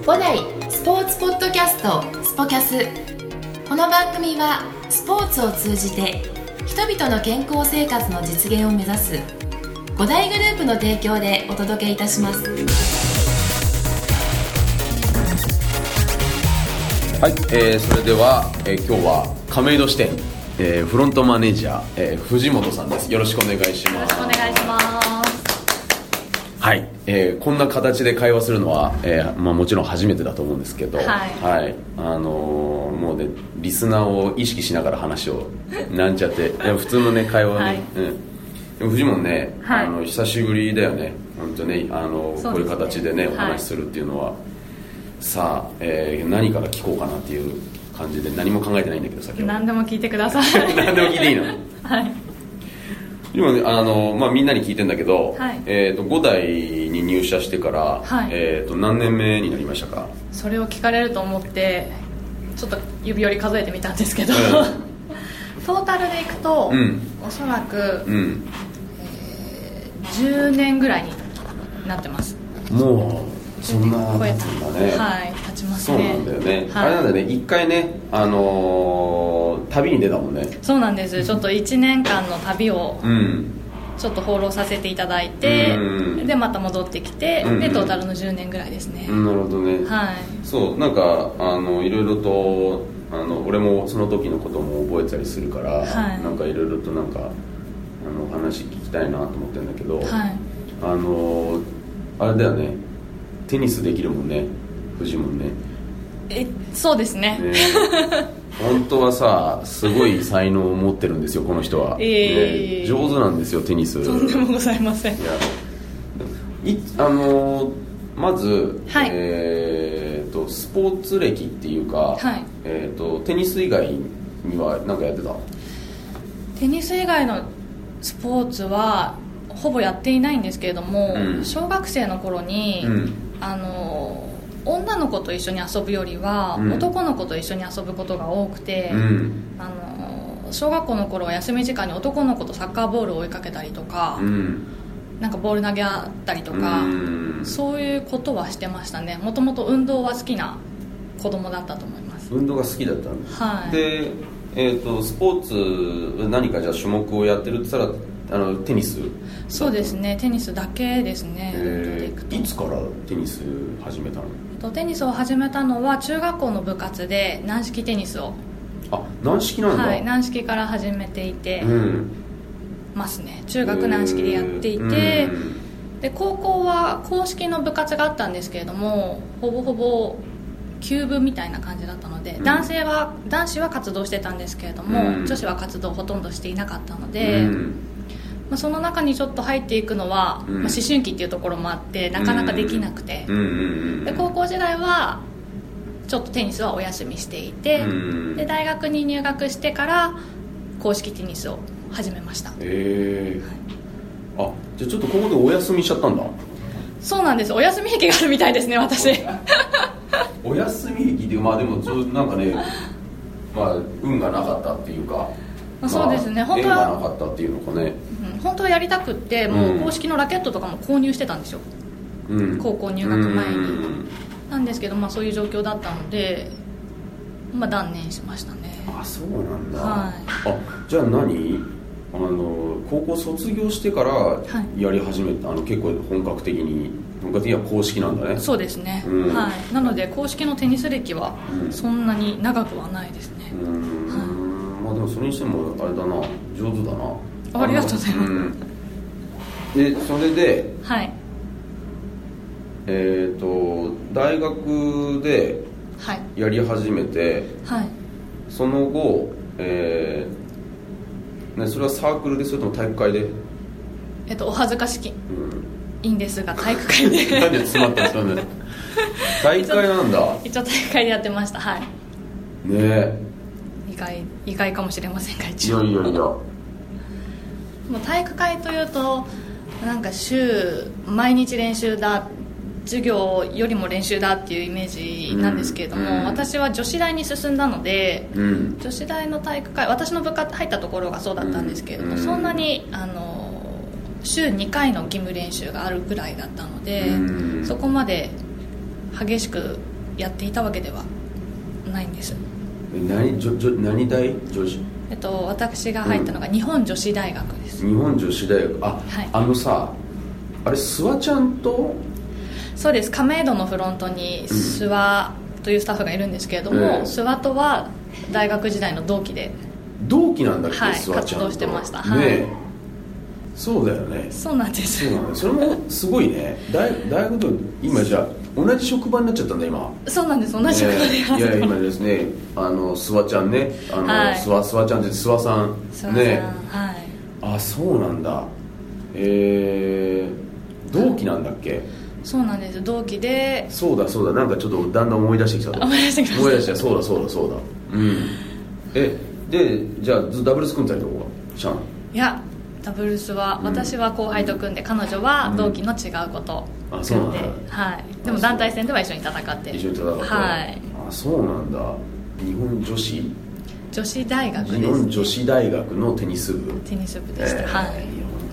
五代スポーツポッドキャストスポキャス。この番組はスポーツを通じて人々の健康生活の実現を目指す五大グループの提供でお届けいたします。 はい、それでは、今日は亀戸支店、フロントマネージャー、藤本さんです。よろしくお願いします。 よろしくお願いします。 はい、こんな形で会話するのは、もちろん初めてだと思うんですけど、はいもうねリスナーを意識しながら話をなんちゃって普通のね会話ね、はいでも藤本ね、久しぶりだよね本当ねこういう形でねお話しするっていうのは、さあ、何から聞こうかなっていう感じで何も考えてないんだけど先ほど何でも聞いてください何でも聞いていいのはい今ねみんなに聞いてんだけど、5代に入社してから、何年目になりましたか？ それを聞かれると思ってちょっと指折り数えてみたんですけど、トータルでいくと、おそらく、10年ぐらいになってます。 もうそんな経つんだね。 経ちますね。そうなんだよね、あれなんだね、一回ね旅に出たもんね。 そうなんです、ちょっと1年間の旅をちょっと放浪させていただいて、でまた戻ってきて、でトータルの10年ぐらいですね。 なるほどね。そうなんかいろいろと俺もその時のことも覚えてたりするから、なんかいろいろとなんか話聞きたいなと思ってるんだけど、あれだよね、テニスできるもんね、藤本ね。 そうですね。 本当はさ、すごい才能を持ってるんですよこの人は。上手なんですよテニス。 とんでもございません。 まず、スポーツ歴っていうか、テニス以外には何かやってた？ テニス以外のスポーツはほぼやっていないんですけれども、小学生の頃に、女の子と一緒に遊ぶよりは、男の子と一緒に遊ぶことが多くて、小学校の頃は休み時間に男の子とサッカーボールを追いかけたりとか、なんかボール投げ合ったりとか、そういうことはしてましたね。もともと運動は好きな子供だったと思います。 運動が好きだったんです、で、スポーツ何かじゃあ種目をやってるって言ったらテニス？ そうですね、テニスだけですね。 いつからテニス始めたの？ テニスを始めたのは中学校の部活で軟式テニスを。 軟式なんだ。 軟式から始めていてますね。中学軟式でやっていて、で高校は公式の部活があったんですけれども、ほぼほぼ休部みたいな感じだったので、男子は活動してたんですけれども、女子は活動をほとんどしていなかったので、その中にちょっと入っていくのは、思春期っていうところもあってなかなかできなくて、で高校時代はちょっとテニスはお休みしていて、で大学に入学してから公式テニスを始めました。じゃあちょっとここでお休みしちゃったんだ。 そうなんです、お休み癖があるみたいですね私お休み癖で、でもなんかね、運がなかったっていうか、 そうですね、本当は縁がなかったっていうのかね。 本当はやりたくって、もう公式のラケットとかも購入してたんですよ、高校入学前に。なんですけど、そういう状況だったので、断念しましたね。 そうなんだ。じゃあ何、高校卒業してからやり始めた、結構本格的は公式なんだね。 そうですね、なので公式のテニス歴はそんなに長くはないですね。 でもそれにしてもあれだな、上手だな。 ありがとうございます。 でそれで大学でやり始めて、その後、それはサークルで、それとも体育会で？ お恥ずかしいんですが体育会でなんで詰まったんですかね体育会なんだ。 一応体育会でやってました。意外かもしれませんが、一応。もう体育会というとなんか毎日練習だ、授業よりも練習だっていうイメージなんですけれども、私は女子大に進んだので、女子大の体育会、私の部活入ったところがそうだったんですけれども、そんなに週2回の義務練習があるぐらいだったので、そこまで激しくやっていたわけではないんです。 何大女子？ 私が入ったのが日本女子大学です。 日本女子大学、はい、さあれ諏訪ちゃんと？ そうです。亀戸のフロントに諏訪というスタッフがいるんですけれども、諏訪とは大学時代の同期で。 同期なんだっけ？ はい、 諏訪ちゃんと活動してました。 はい、そうだよね。 そうなんです。 それもすごいね。大学と今じゃ同じ職場になっちゃったんだ今。 そうなんです。同じ職場で、 いや今ですね、諏訪ちゃんね、はい、諏訪ちゃんって諏訪さんね。はい。あ、そうなんだ。同期なんだっけ？ そうなんです。同期で。 そうだなんかちょっとだんだん思い出してきた。 思い出してきました。 思い出した。そうだ。うん。でじゃあダブルス組んだりとかシャン？ いや、ダブルスは、私は後輩と組んで、彼女は同期の違うことを組んで、はい。でも団体戦では一緒に戦って。 一緒に戦って。はい。あ、そうなんだ。日本女子大学です、ね。日本女子大学のテニス部でした。はい。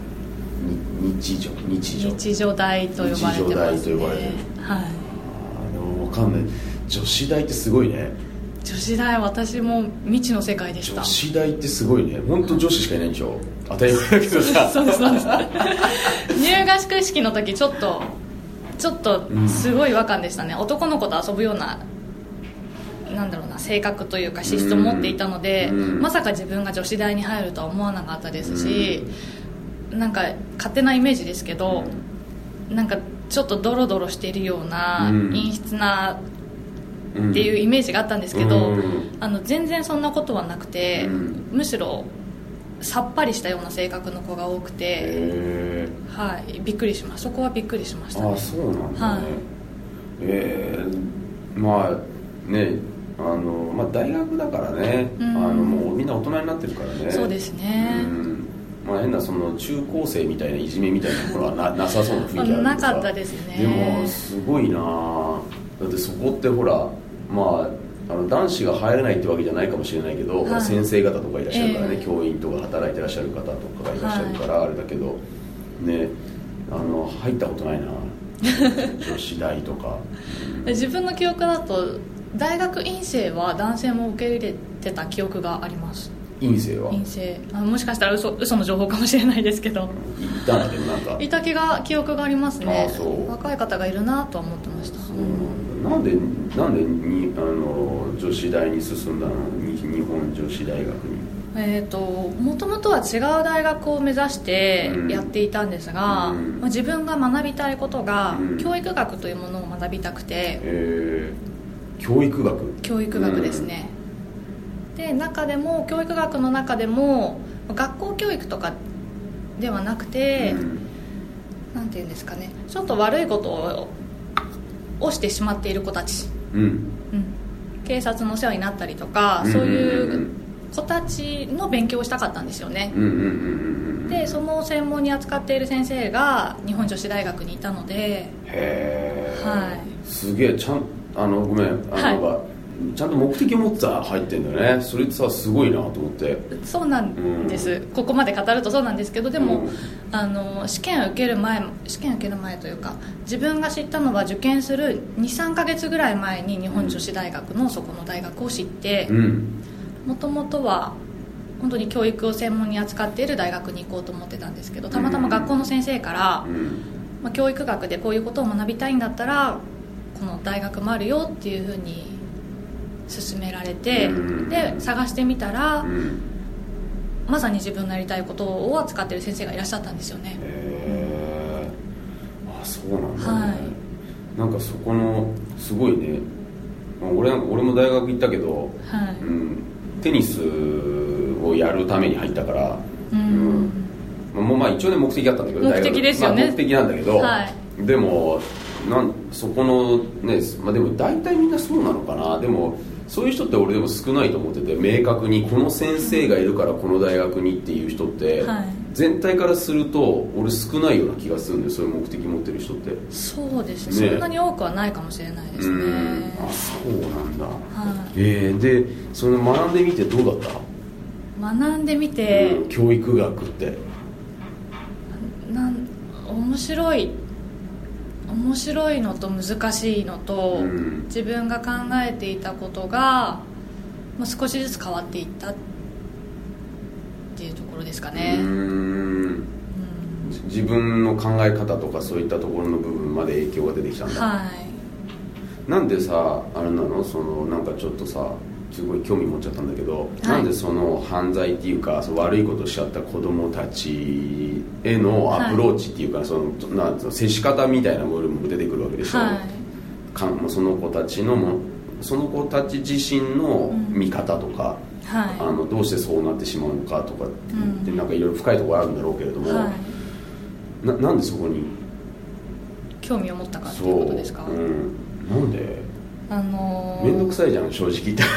日女大と呼ばれてますね。はい。でも分かんない。女子大ってすごいね。 女子大、私も未知の世界でした。 女子大ってすごいね。本当女子しかいないんでしょ。当たり前だけどさ。 そうです入学式の時ちょっとすごい違和感でしたね。男の子と遊ぶような性格というか資質を持っていたので、まさか自分が女子大に入るとは思わなかったですし、なんか勝手なイメージですけど、なんかちょっとドロドロしているような、陰湿なっていうイメージがあったんですけど、全然そんなことはなくて、むしろさっぱりしたような性格の子が多くて、はい、びっくりしました。そこはびっくりしましたね。 あ、そうなんだね。はい、まあね、大学だからね、もうみんな大人になってるからね。 そうですね。 変なその中高生みたいないじめみたいなものは なさそうな雰囲気あるけどさ。 なかったですね。 でもすごいな。だってそこってほら、男子が入れないってわけじゃないかもしれないけど、はい、先生方とかいらっしゃるからね、教員とか働いてらっしゃる方とかがいらっしゃるから、あれだけどね、入ったことないな女子大とか。 自分の記憶だと大学院生は男性も受け入れてた記憶があります。 院生は？ 院生、もしかしたら嘘の情報かもしれないですけど、 いたんだけど、なんかいた記憶がありますね。若い方がいるなとは思ってました。 なんで女子大に進んだの？日本女子大学に。 もともとは違う大学を目指してやっていたんですが、自分が学びたいことが、教育学というものを学びたくて。 教育学ですね。で、教育学の中でも学校教育とかではなくて、なんていうんですかね、ちょっと悪いことをしてしまっている子たち、警察の世話になったりとか、そういう子たちの勉強をしたかったんですよね。で、その専門に扱っている先生が日本女子大学にいたので。 はい。すげえ、ごめん、ちゃんと目的を持って入ってんだよね。それってさ、すごいなと思って。 そうなんです、ここまで語るとそうなんですけど、でも、試験を受ける前というか、自分が知ったのは受験する 2,3 ヶ月ぐらい前に日本女子大学のそこの大学を知って、もともとは本当に教育を専門に扱っている大学に行こうと思ってたんですけど、たまたま学校の先生から、教育学でこういうことを学びたいんだったらこの大学もあるよっていうふうに勧められて、で探してみたら、まさに自分のやりたいことを扱っている先生がいらっしゃったんですよね。 あ、そうなんだね。なんかそこのすごいね。俺も大学行ったけど、テニスをやるために入ったから、もう一応ね目的あったんだけど、 目的ですよね。 目的なんだけど、でもそこのね、でも大体みんなそうなのかな。でもそういう人って俺でも少ないと思ってて、明確にこの先生がいるからこの大学にっていう人って、全体からすると俺少ないような気がするんで、そういう目的持ってる人って。 そうですね、そんなに多くはないかもしれないですね。 あ、そうなんだ。で、その学んでみてどうだった？ 学んでみて、 教育学って面白い面白いのと難しいのと、自分が考えていたことが、少しずつ変わっていったっていうところですかね。 自分の考え方とかそういったところの部分まで影響が出てきたんだ。 はい。 なんでさあれなの、なんかちょっとさすごい興味持っちゃったんだけど、なんでその犯罪っていうか悪いことをしちゃった子供たちへのアプローチっていうか、なん接し方みたいなものも出てくるわけでしょ、その子たち自身の見方とか、どうしてそうなってしまうのかとかって、なんかいろいろ深いところあるんだろうけれども、なんでそこに興味を持ったかっていうことですか。 なんでめんどくさいじゃん正直言って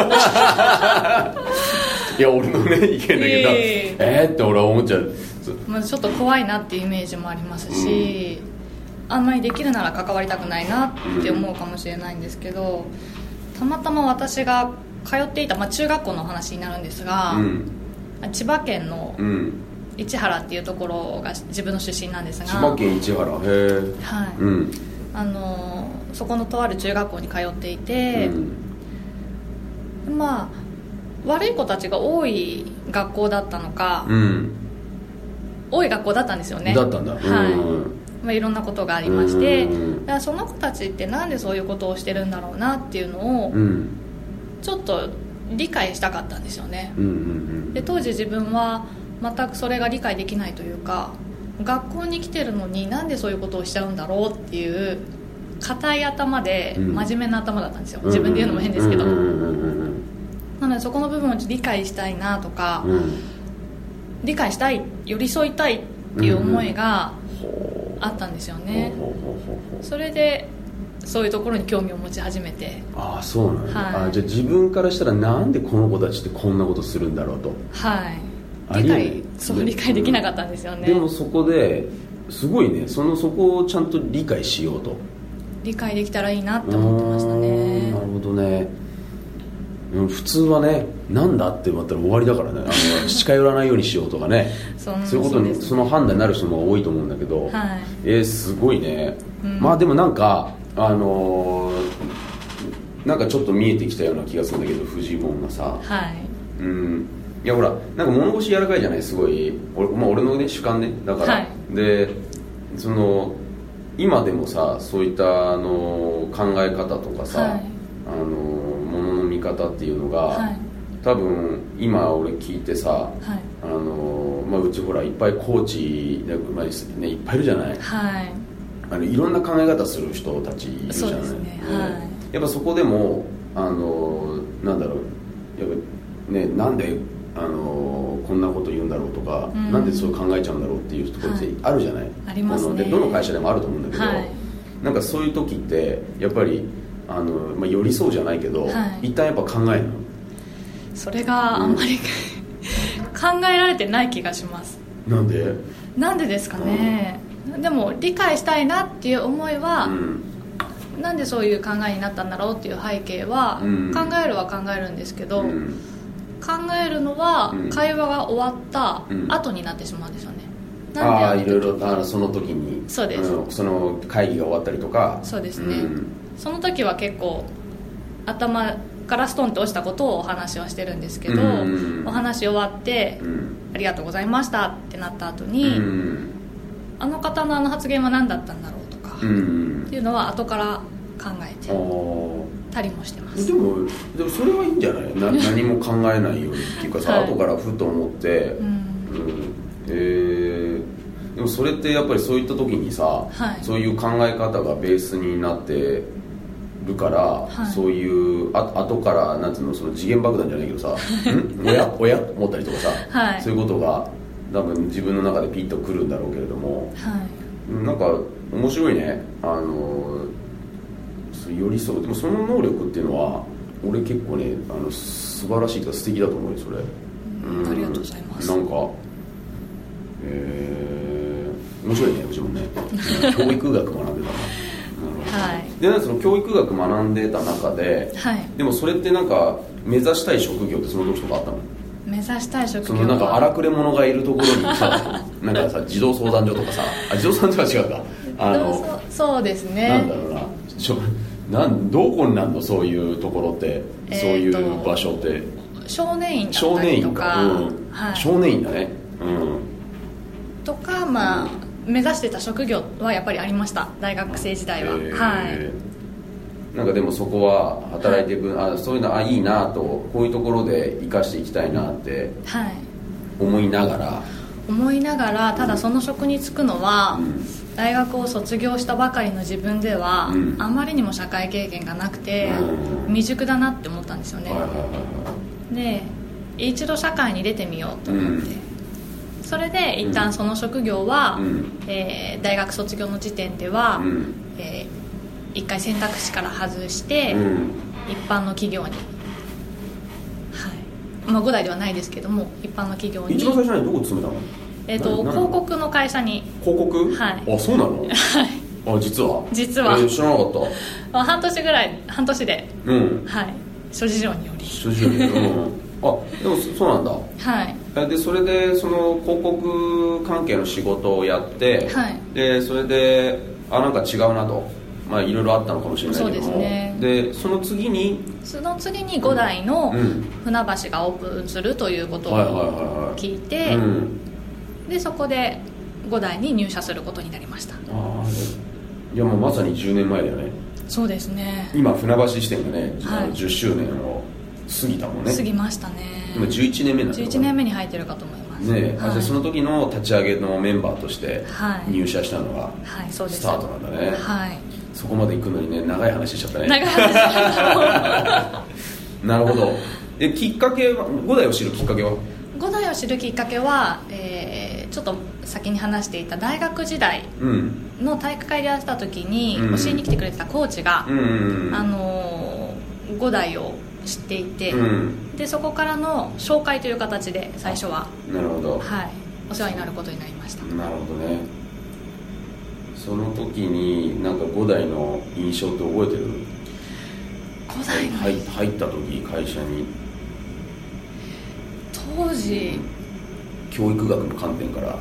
いや俺のね意見だけど、って俺は思っちゃう。 ちょっと怖いなっていうイメージもありますし、あんまりできるなら関わりたくないなって思うかもしれないんですけど、たまたま私が通っていた、中学校の話になるんですが、千葉県の市原っていうところが自分の出身なんですが、 千葉県市原、へえ、 そこのとある中学校に通っていて、悪い子たちが多い学校だったのか、多い学校だったんですよね。 だったんだ。 いろんなことがありまして、だからその子たちってなんでそういうことをしてるんだろうなっていうのをちょっと理解したかったんですよね。で当時自分は全くそれが理解できないというか、学校に来てるのになんでそういうことをしちゃうんだろうっていう硬い頭で真面目な頭だったんですよ。自分で言うのも変ですけど、なのでそこの部分を理解したいなとか、理解したい、寄り添いたいっていう思いがあったんですよね。それでそういうところに興味を持ち始めて。 ああそうなんだ、じゃあ自分からしたらなんでこの子たちってこんなことするんだろうと、理解できなかったんですよね。でもそこですごいね、そこをちゃんと理解しようと、 理解できたらいいなって思ってましたね。 なるほどね。普通はね、なんだって思ったら終わりだからね、近寄らないようにしようとかねそういうことにその判断になる人も多いと思うんだけど、すごいね、でもなんかなんかちょっと見えてきたような気がするんだけど、フジモンがさ、いやほらなんか物腰柔らかいじゃない、すごい俺のね主観ねだから、で今でもさそういった考え方とかさ、物の見方っていうのが、多分今俺聞いてさ、うちほらいっぱいコーチ、いっぱいいるじゃない、いろんな考え方する人たちいるじゃない。やっぱそこでもなんだろう、やっぱね、なんでこんなこと言うんだろうとか、なんでそう考えちゃうんだろうっていうところってあるじゃない、 ありますね。 でどの会社でもあると思うんだけど、なんかそういう時ってやっぱり寄り添うじゃないけど、一旦やっぱ考えるの。 それがあんまり、考えられてない気がします。 なんでですかね、でも理解したいなっていう思いは、なんでそういう考えになったんだろうっていう背景は、考えるは考えるんですけど、考えるのは会話が終わった後になってしまうんですよね。 いろいろその時に、 そうです、 その会議が終わったりとか。 そうですね、その時は結構頭からストンと落ちたことをお話はしてるんですけど、お話終わって、ありがとうございましたってなった後に、あの方の発言は何だったんだろうとか、っていうのは後から考えてたりもしてます。 でもそれはいいんじゃない何も考えないようにっていうかさ、後からふと思って、でもそれってやっぱりそういった時にさ、そういう考え方がベースになってるから、そういう後からなんていうの、その次元爆弾じゃないけどさおや思ったりとかさ、そういうことが多分自分の中でピッとくるんだろうけれども、なんか面白いね、寄り添う。でもその能力っていうのは俺結構ね素晴らしいとか素敵だと思うよそれ。 ありがとうございます。 なんか面白いね、うちもね教育学学んでたなで、その教育学学んでた中で、でもそれってなんか目指したい職業ってその時とかあったの？ 目指したい職業はなんか荒くれ者がいるところにさなんかさ児童相談所とかさ、児童相談所は違うか、 そうですね。 なんだろうな、どこになるの、そういうところって、そういう場所って。 少年院だったりとか、 少年院だね、 とか、まあ目指してた職業はやっぱりありました、大学生時代は。 なんかでもそこは働いていく、そういうのいいなと、こういうところで生かしていきたいなって思いながら、 ただその職に就くのは、大学を卒業したばかりの自分では、あまりにも社会経験がなくて、未熟だなって思ったんですよね。で一度社会に出てみようと思って、それで一旦その職業は、大学卒業の時点では、一回選択肢から外して、一般の企業に、5代ではないですけども、一般の企業に。 一番最初にどこ勤めたの？ 広告の会社に。 広告？はい。あ、そうなの？はい。実は知らなかった。 半年で、諸事情により。 でもそうなんだ。 はい。 でそれでその広告関係の仕事をやって、でそれでなんか違うなと、いろいろあったのかもしれないけども、そうですね。でその次に 5代の船橋がオープンするということを聞いて、でそこで5代に入社することになりました。 いやもうまさに10年前だよね。 そうですね。 今船橋支店がね、10周年を過ぎたもんね。 過ぎましたね。 今11年目なんだ。 11年目に入ってるかと思いますね。その時の立ち上げのメンバーとして入社したのがスタートなんだね。そこまで行くのにね、長い話しちゃったね。長い話しちゃったなるほど。きっかけは、5代を知るきっかけは 5代を知るきっかけは、ちょっと先に話していた大学時代の体育会でやってた時に、教えに来てくれてたコーチが、5代を知っていて、でそこからの紹介という形で最初は、 なるほど、 お世話になることになりました。 なるほどね。その時になんか5代の印象って覚えてる？5代の入った時、会社に当時教育学の観点から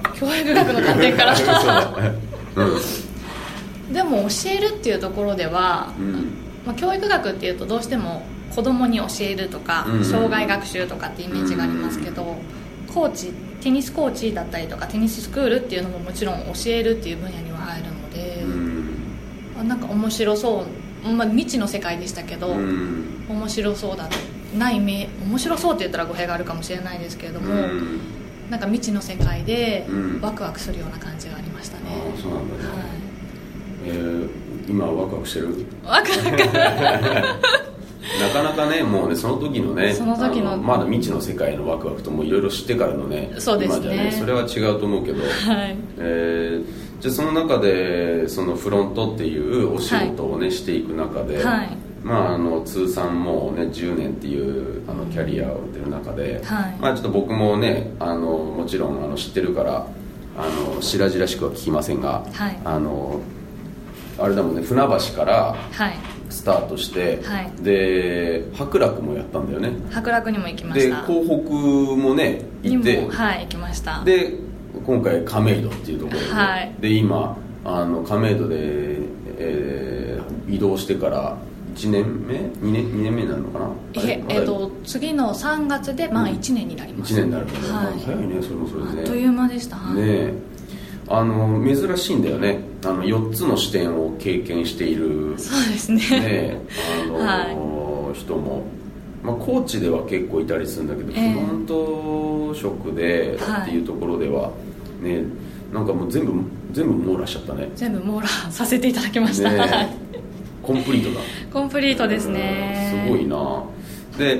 でも教えるっていうところでは、教育学っていうとどうしても子供に教えるとか、障害学習とかってイメージがありますけど、テニスコーチだったりとかテニススクールっていうのももちろん教えるっていう分野には入るので、なんか面白そう、未知の世界でしたけど、面白そう面白そうって言ったら語弊があるかもしれないですけれども、なんか未知の世界でワクワクするような感じがありましたね。 そうなんだね。今ワクワクしてる？ ワクワクなかなかね、もうね、その時のまだ未知の世界のワクワクともいろいろ知ってからのね、 そうですね、 今じゃね、それは違うと思うけど、じゃあその中でそのフロントっていうお仕事をね、していく中で、通算もうね10年っていうキャリアを打ってる中で、ちょっと僕もね、もちろん知ってるから白々しくは聞きませんが、あれだもんね、船橋からスタートして、で白楽もやったんだよね。 白楽にも行きました。 で港北もね行って、 行きました。 で今回亀戸っていうところで、で今亀戸で、移動してから1年目2年目になるのかな。 次の3月で1年になります。 1年になるけど、早いね。それもそれでね、 あっという間でしたね。珍しいんだよね、4つの視点を経験している、 そうですね、 人も、コーチでは結構いたりするんだけど、フロント職でっていうところでは、ね、なんかもう全部網羅しちゃったね。 全部網羅させていただきました、 コンプリートだ。 コンプリートですね。 すごいな。で、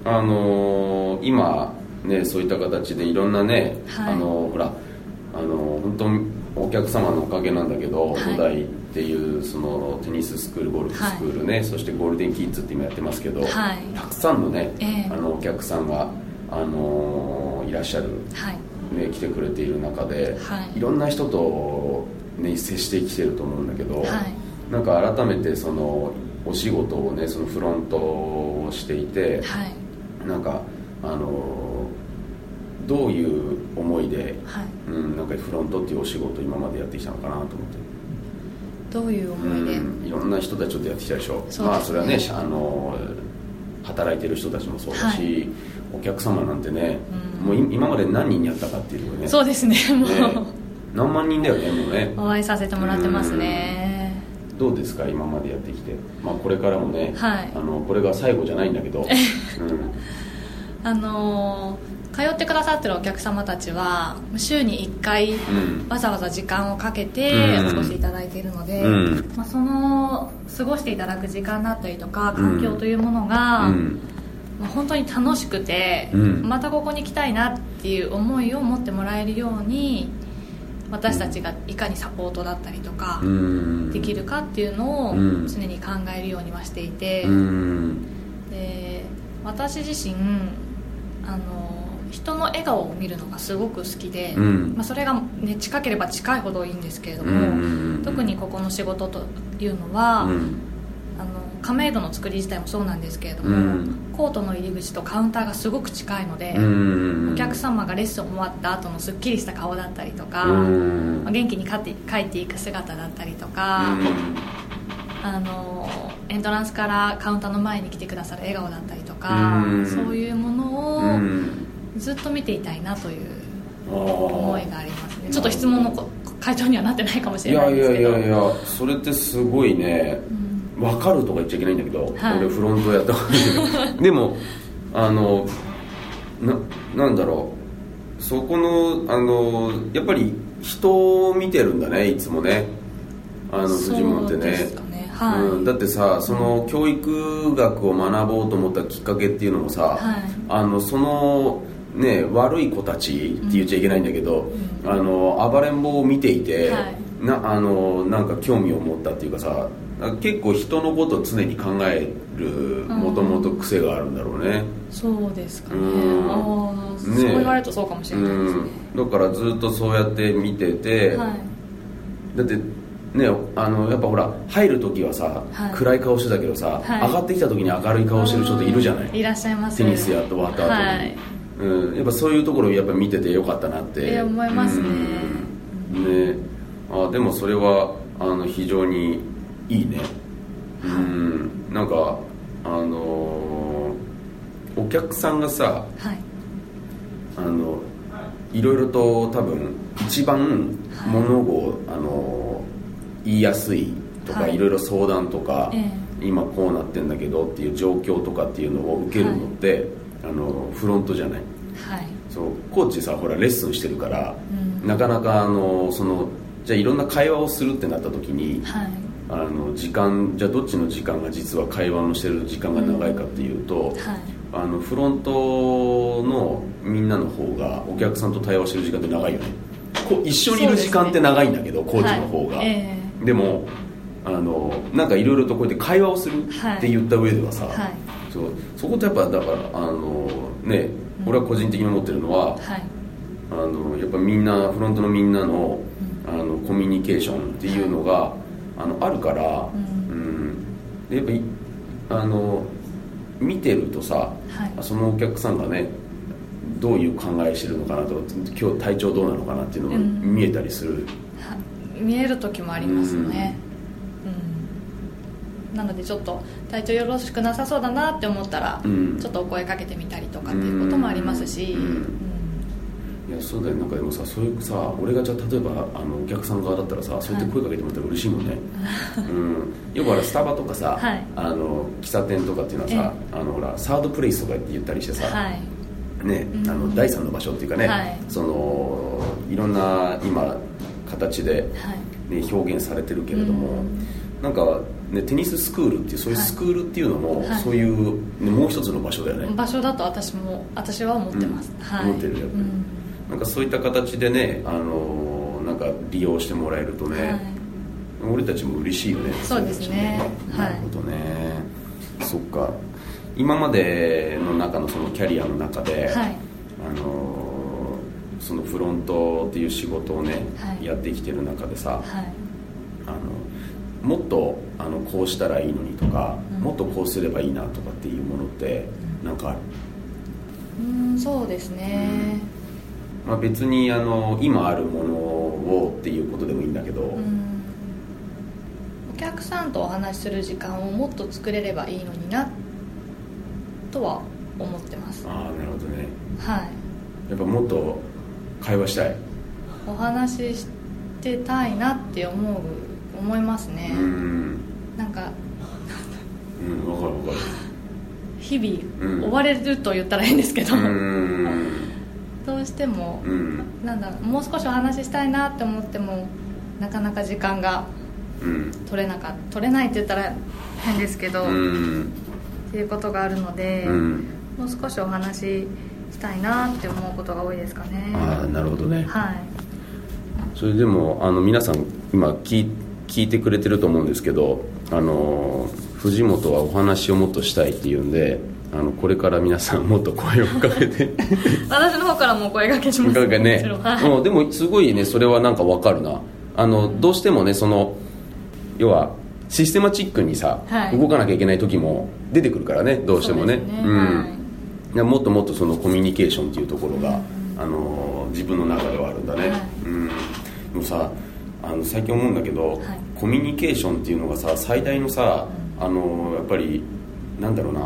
今ね、そういった形でいろんなね、ほら本当にお客様のおかげなんだけど、5代っていうそのテニススクール、ゴルフスクールね、そしてゴールデンキッズって今やってますけど、たくさんのね、お客さんがいらっしゃる、来てくれている中で、いろんな人とね接してきてると思うんだけど、なんか改めてそのお仕事をね、そのフロントをしていて、なんかどういう思いで、なんかフロントっていうお仕事を今までやってきたのかなと思って。 どういう思いで、 いろんな人たちとやってきたでしょ。 そうですね。 まあそれはね、働いてる人たちもそうだし、お客様なんてね、もう今まで何人やったかっていうとね。 そうですね、もう、 何万人だよね、もうね。 お会いさせてもらってますね。 どうですか、今までやってきて。まあこれからもね、これが最後じゃないんだけど、 通ってくださってるお客様たちは週に1回わざわざ時間をかけてお越しいただいているので、その過ごしていただく時間だったりとか環境というものが、本当に楽しくて、またここに来たいなっていう思いを持ってもらえるように、私たちがいかにサポートだったりとかできるかっていうのを常に考えるようにはしていて、で私自身人の笑顔を見るのがすごく好きで、それが、ね、近ければ近いほどいいんですけれども、特にここの仕事というのは、亀戸の作り自体もそうなんですけれども、コートの入り口とカウンターがすごく近いので、お客様がレッスン終わった後のすっきりした顔だったりとか、元気に帰っていく姿だったりとか、エントランスからカウンターの前に来てくださる笑顔だったりとか、そういうものをずっと見ていたいなという思いがありますね。ちょっと質問の回答にはなってないかもしれないですけど、 いやそれってすごいね、分かるとか言っちゃいけないんだけど、俺フロントやったからでもなんだろう、そこのやっぱり人を見てるんだね、いつもね、フジモンってね。だってさ、その教育学を学ぼうと思ったきっかけっていうのもさ、そのね、悪い子たちって言っちゃいけないんだけど、暴れん坊を見ていて、なんか興味を持ったっていうかさ、結構人のことを常に考えるもともと癖があるんだろうね。 そうですかね。そう言われるとそうかもしれないですね。 だからずっとそうやって見てて、だってね、やっぱほら入る時はさ、暗い顔してたけどさ、上がってきた時に明るい顔してる人っているじゃない。 いらっしゃいます。 テニスやって終わった後に、やっぱそういうところをやっぱ見ててよかったなって思いますね。 でもそれは非常にいいね。なんかお客さんがさ、いろいろと多分一番物を言いやすいとか、いろいろ相談とか、今こうなってんだけどっていう状況とかっていうのを受けるのって、フロントじゃない。そうコーチさ、ほらレッスンしてるから、なかなかじゃあいろんな会話をするってなった時に、時間、じゃあどっちの時間が実は会話をしてる時間が長いかっていうと、フロントのみんなの方がお客さんと対話してる時間って長いよね。一緒にいる時間って長いんだけど、コーチの方が、でもなんかいろいろとこうやって会話をするって言った上ではさ、そこってやっぱだからね、俺は個人的に思ってるのは、やっぱみんなフロントのみんなのコミュニケーションっていうのがあるから、でやっぱ見てるとさ、そのお客さんがねどういう考えしてるのかなと、今日体調どうなのかなっていうのが見えたりする、 見える時もありますね。なのでちょっと体調よろしくなさそうだなって思ったら、ちょっとお声かけてみたりとかっていうこともありますし、いやそうだよ。なんかでもさ、そういうさ、俺がじゃあ例えばお客さん側だったらさ、そうやって声かけてもらったら嬉しいもんね。よくスタバとかさ、喫茶店とかっていうのはさ、ほらサードプレイスとかって言ったりしてさ、ね、第三の場所っていうかね、いろんな今形で、表現されてるけれども、なんか、ね、テニススクールっていうそういうスクールっていうのも、そういう、ね、もう一つの場所だよね。 場所だと私は思ってます。 思ってるやっぱり、なんかそういった形でね、なんか利用してもらえるとね、俺たちも嬉しいよね。 そうですね。 なるほどね。そっか。今までの中のそのキャリアの中で、そのフロントっていう仕事をね、やってきてる中でさ、もっとこうしたらいいのにとか、もっとこうすればいいなとかっていうものってなんかある？ そうですね。 別に今あるものをっていうことでもいいんだけど、 お客さんとお話しする時間をもっと作れればいいのになとは思ってます。 ああ、なるほどね。 はい。 やっぱもっと会話したい、 お話ししてたいなって思いますね。なんか、 わかるわかる。 日々追われると言ったらいいんですけど、どうしても、なんだろう、もう少しお話ししたいなって思ってもなかなか時間が取れないって言ったら変ですけど、っていうことがあるので、もう少しお話ししたいなって思うことが多いですかね。 ああ、なるほどね。 はい。 それでも皆さん今聞いてくれてると思うんですけど、藤本はお話をもっとしたいっていうんで、これから皆さんもっと声をかけて私の方からも声掛けしますね。でもすごいね、それはなんか分かるな。どうしてもね、要はシステマチックにさ、動かなきゃいけない時も出てくるからね、どうしてもね。もっともっとそのコミュニケーションっていうところが、自分の中ではあるんだね。でもさ、最近思うんだけど、コミュニケーションっていうのがさ、最大のさ、やっぱりなんだろうな、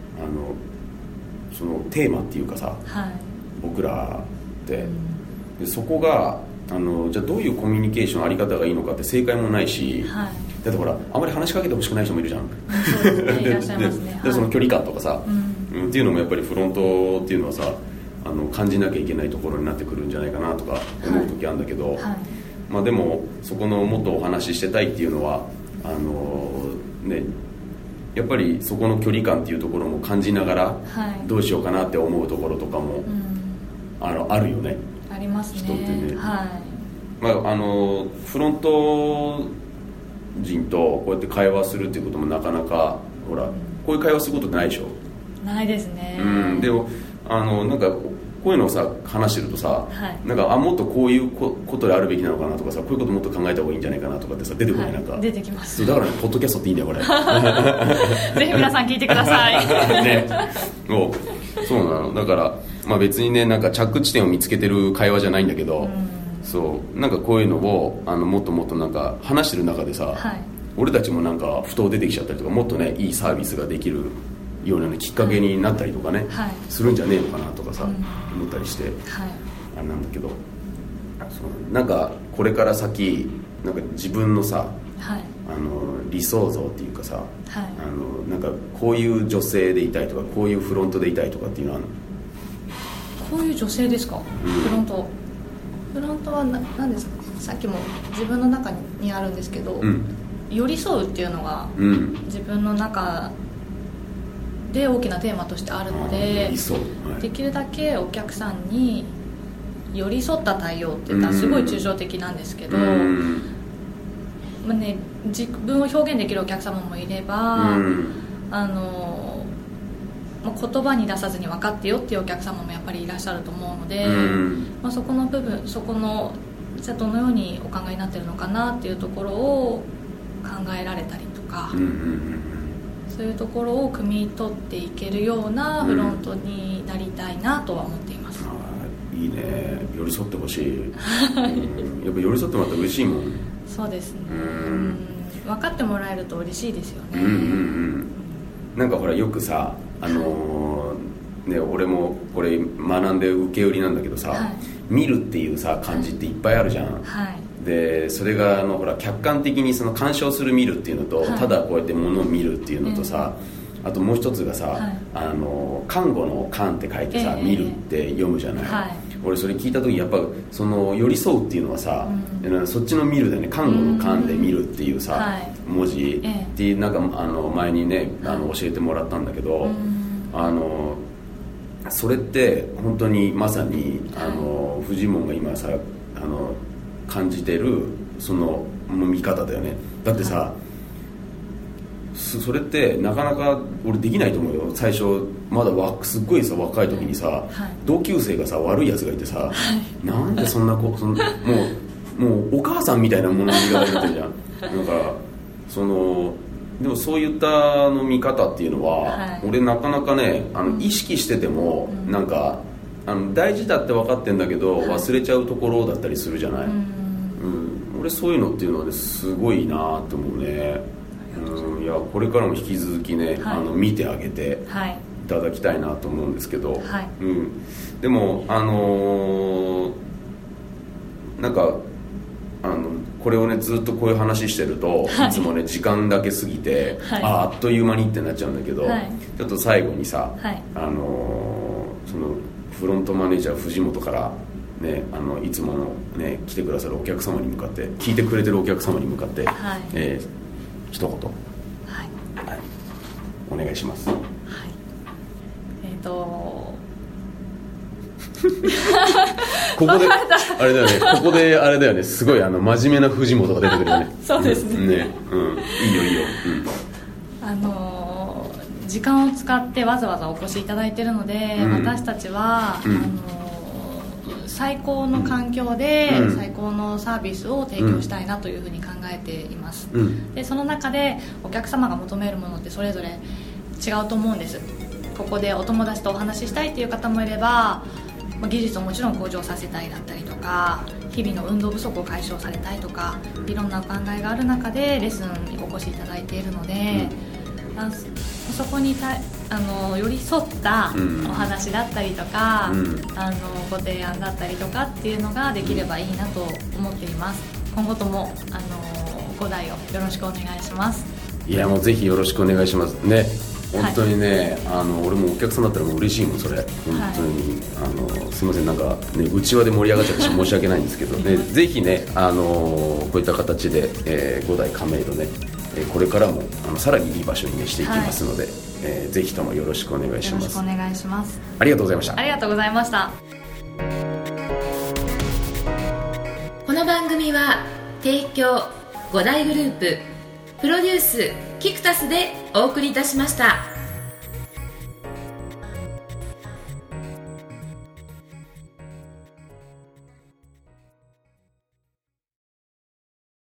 そのテーマっていうかさ、僕らってで、そこがじゃあどういうコミュニケーションあり方がいいのかって正解もないし、だってほら、あまり話しかけてほしくない人もいるじゃん。 そうですね、いらっしゃいますね。 でその距離感とかさ、っていうのもやっぱりフロントっていうのはさ、感じなきゃいけないところになってくるんじゃないかなとか思う時あるんだけど、まあ、でもそこのもっとお話ししてたいっていうのはね、やっぱりそこの距離感っていうところも感じながら、どうしようかなって思うところとかも、あるよね。 ありますね。 人ってね。まあ、フロント人とこうやって会話するっていうこともなかなか、ほら、こういう会話することないでしょ。 ないですね。 でもなんかこういうのをさ話してるとさ、なんかもっとこういうことであるべきなのかなとかさ、こういうこともっと考えた方がいいんじゃないかなとかってさ出てこない、なんか出てきます。 だからね、ポッドキャストっていいんだよこれぜひ皆さん聞いてくださいね、そうなの。だから、まあ、別にね、なんか着地点を見つけてる会話じゃないんだけど、そうなんかこういうのをもっともっとなんか話してる中でさ、俺たちもなんかふと出てきちゃったりとか、もっとねいいサービスができるような、ね、きっかけになったりとかね、するんじゃねえのかなとかさ、思ったりして、あれなんだけど、なんかこれから先なんか自分のさ、理想像っていうかさ、なんかこういう女性でいたいとか、こういうフロントでいたいとかっていうのはあるの？ こういう女性ですか？フロントは何ですか？さっきも自分の中にあるんですけど、寄り添うっていうのが自分の中で大きなテーマとしてあるので、できるだけお客さんに寄り添った対応って言ったらすごい抽象的なんですけど、まあね、自分を表現できるお客様もいれば、言葉に出さずに分かってよっていうお客様もやっぱりいらっしゃると思うので、まあ、そこの部分、そこのじゃあどのようにお考えになってるのかなっていうところを考えられたりとか、そういうところを汲み取っていけるようなフロントになりたいなとは思っています。 いいね、寄り添ってほしいやっぱ寄り添ってもらったら嬉しいもん。 そうですね、分かってもらえると嬉しいですよね。 なんかほらよくさ、ね、俺もこれ学んで受け売りなんだけどさ、見るっていうさ漢字っていっぱいあるじゃん。でそれがほら客観的にその鑑賞する見るっていうのと、ただこうやって物を見るっていうのとさ、あともう一つがさ、看護の看って書いてさ、見るって読むじゃない。俺それ聞いた時やっぱその寄り添うっていうのはさ、そっちの見るだよね。看護の看で見るっていうさ、文字ってなんか前にね教えてもらったんだけど、それって本当にまさにフジモンが今さ感じてるその見方だよね。だってさ、それってなかなか俺できないと思うよ。最初まだすっごいさ若い時にさ、同級生がさ悪いやつがいてさ、なんでそんなもうお母さんみたいなものの見方になってるじゃん。だからでもそういった見方っていうのは、俺なかなかね意識しててもなんか大事だって分かってんだけど忘れちゃうところだったりするじゃない。俺そういうのっていうのはねすごいなって思うね。 やこれからも引き続きね、見てあげていただきたいなと思うんですけど、でもなんかこれをねずっとこういう話してると、いつもね時間だけ過ぎて、あっという間にってなっちゃうんだけど、ちょっと最後にさ、そのフロントマネージャー藤本からね、いつもの、ね、来てくださるお客様に向かって、聞いてくれてるお客様に向かって、一言、お願いします。ここであれだよね、ここであれだよね、すごい真面目な藤本が出てくるよね。 そうですね。 いいよいいよ。 時間を使ってわざわざお越しいただいているので、私たちは、最高の環境で最高のサービスを提供したいなというふうに考えています。でその中でお客様が求めるものってそれぞれ違うと思うんです。ここでお友達とお話ししたいっていう方もいれば、技術をもちろん向上させたいだったりとか、日々の運動不足を解消されたいとか、いろんなお考えがある中でレッスンにお越しいただいているので、そこに寄り添ったお話だったりとか、ご提案だったりとかっていうのができればいいなと思っています。今後とも5代をよろしくお願いします。 いやもうぜひよろしくお願いしますね。本当にね、俺もお客さんだったらもう嬉しいもんそれ。本当に、すいませんなんかね内輪で盛り上がっちゃって申し訳ないんですけどね、ぜひねこういった形で、5代亀戸ね、これからもさらにいい場所に、ね、していきますので、ぜひともよろしくお願いします。 よろしくお願いします。 ありがとうございました。 ありがとうございました。 この番組は提供5大グループプロデュースキクタスでお送りいたしました。